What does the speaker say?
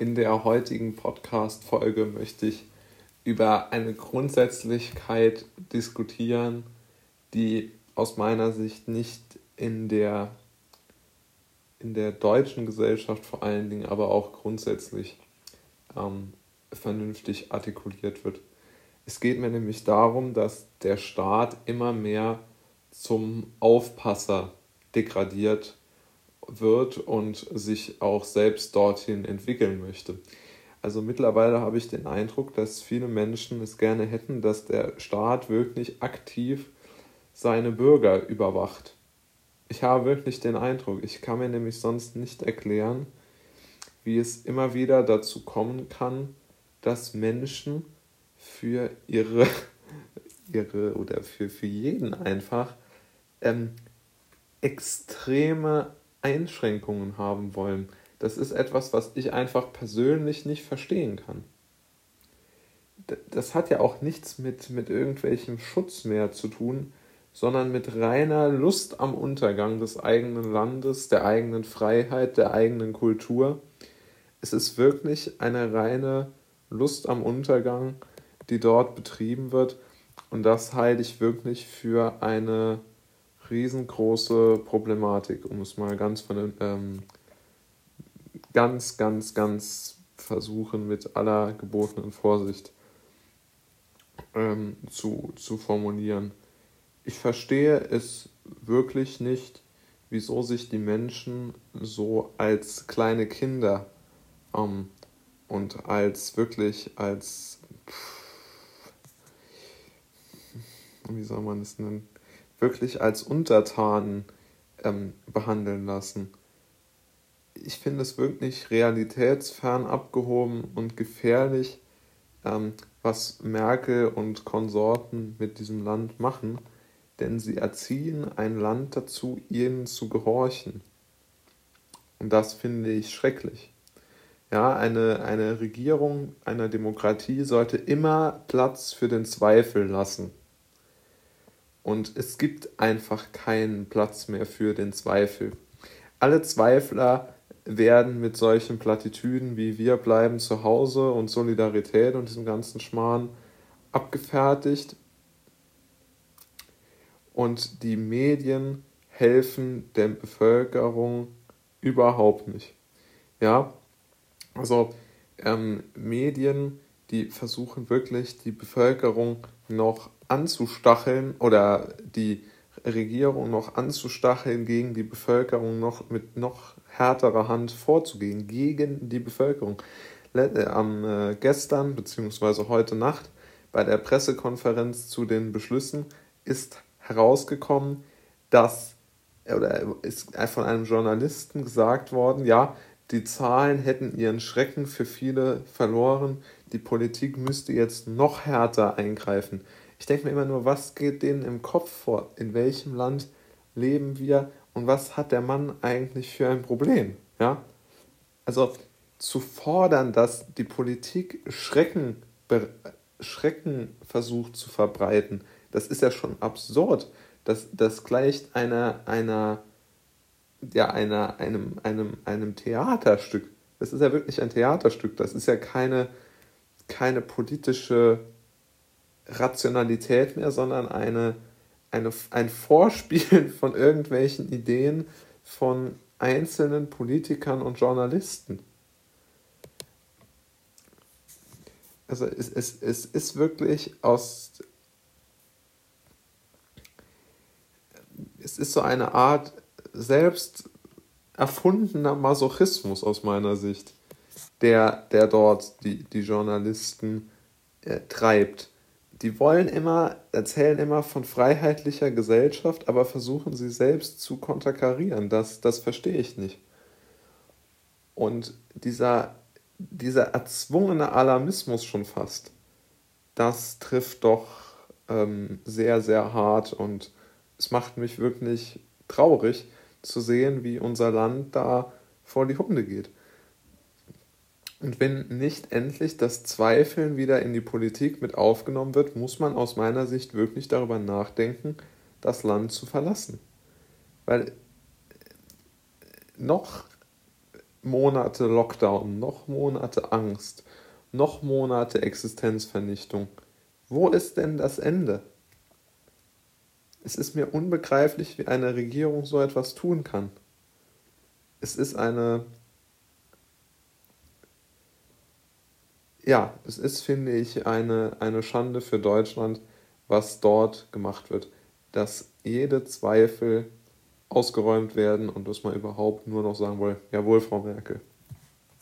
In der heutigen Podcast-Folge möchte ich über eine Grundsätzlichkeit diskutieren, die aus meiner Sicht nicht in der deutschen Gesellschaft vor allen Dingen, aber auch grundsätzlich vernünftig artikuliert wird. Es geht mir nämlich darum, dass der Staat immer mehr zum Aufpasser degradiert wird und sich auch selbst dorthin entwickeln möchte. Also mittlerweile habe ich den Eindruck, dass viele Menschen es gerne hätten, dass der Staat wirklich aktiv seine Bürger überwacht. Ich habe wirklich den Eindruck, ich kann mir nämlich sonst nicht erklären, wie es immer wieder dazu kommen kann, dass Menschen für ihre oder für jeden einfach extreme Einschränkungen haben wollen. Das ist etwas, was ich einfach persönlich nicht verstehen kann. Das hat ja auch nichts mit irgendwelchem Schutz mehr zu tun, sondern mit reiner Lust am Untergang des eigenen Landes, der eigenen Freiheit, der eigenen Kultur. Es ist wirklich eine reine Lust am Untergang, die dort betrieben wird. Und das halte ich wirklich für eine riesengroße Problematik, um es mal ganz versuchen mit aller gebotenen Vorsicht zu formulieren. Ich verstehe es wirklich nicht, wieso sich die Menschen so als kleine Kinder und als wie soll man es nennen, wirklich als Untertanen behandeln lassen. Ich finde es wirklich realitätsfern abgehoben und gefährlich, was Merkel und Konsorten mit diesem Land machen, denn sie erziehen ein Land dazu, ihnen zu gehorchen. Und das finde ich schrecklich. Ja, eine Regierung einer Demokratie sollte immer Platz für den Zweifel lassen. Und es gibt einfach keinen Platz mehr für den Zweifel. Alle Zweifler werden mit solchen Plattitüden wie wir bleiben zu Hause und Solidarität und diesem ganzen Schmarrn abgefertigt. Und die Medien helfen der Bevölkerung überhaupt nicht. Ja, also Medien, die versuchen wirklich die Bevölkerung noch anzustacheln oder die Regierung noch anzustacheln, gegen die Bevölkerung mit noch härterer Hand vorzugehen, gegen die Bevölkerung. Gestern bzw. heute Nacht bei der Pressekonferenz zu den Beschlüssen ist herausgekommen, ist von einem Journalisten gesagt worden, ja, die Zahlen hätten ihren Schrecken für viele verloren, die Politik müsste jetzt noch härter eingreifen. Ich denke mir immer nur, was geht denen im Kopf vor? In welchem Land leben wir und was hat der Mann eigentlich für ein Problem? Ja? Also zu fordern, dass die Politik Schrecken versucht zu verbreiten, das ist ja schon absurd. Das gleicht einem Theaterstück. Das ist ja wirklich ein Theaterstück. Das ist ja keine politische Rationalität mehr, sondern ein Vorspielen von irgendwelchen Ideen von einzelnen Politikern und Journalisten. Also es ist wirklich es ist so eine Art selbst erfundener Masochismus aus meiner Sicht, der dort die Journalisten treibt. Die erzählen immer von freiheitlicher Gesellschaft, aber versuchen sie selbst zu konterkarieren. Das verstehe ich nicht. Und dieser erzwungene Alarmismus schon fast, das trifft doch sehr, sehr hart und es macht mich wirklich traurig zu sehen, wie unser Land da vor die Hunde geht. Und wenn nicht endlich das Zweifeln wieder in die Politik mit aufgenommen wird, muss man aus meiner Sicht wirklich darüber nachdenken, das Land zu verlassen. Weil noch Monate Lockdown, noch Monate Angst, noch Monate Existenzvernichtung. Wo ist denn das Ende? Es ist mir unbegreiflich, wie eine Regierung so etwas tun kann. Es ist es ist, finde ich, eine Schande für Deutschland, was dort gemacht wird. Dass jede Zweifel ausgeräumt werden und dass man überhaupt nur noch sagen will, jawohl, Frau Merkel.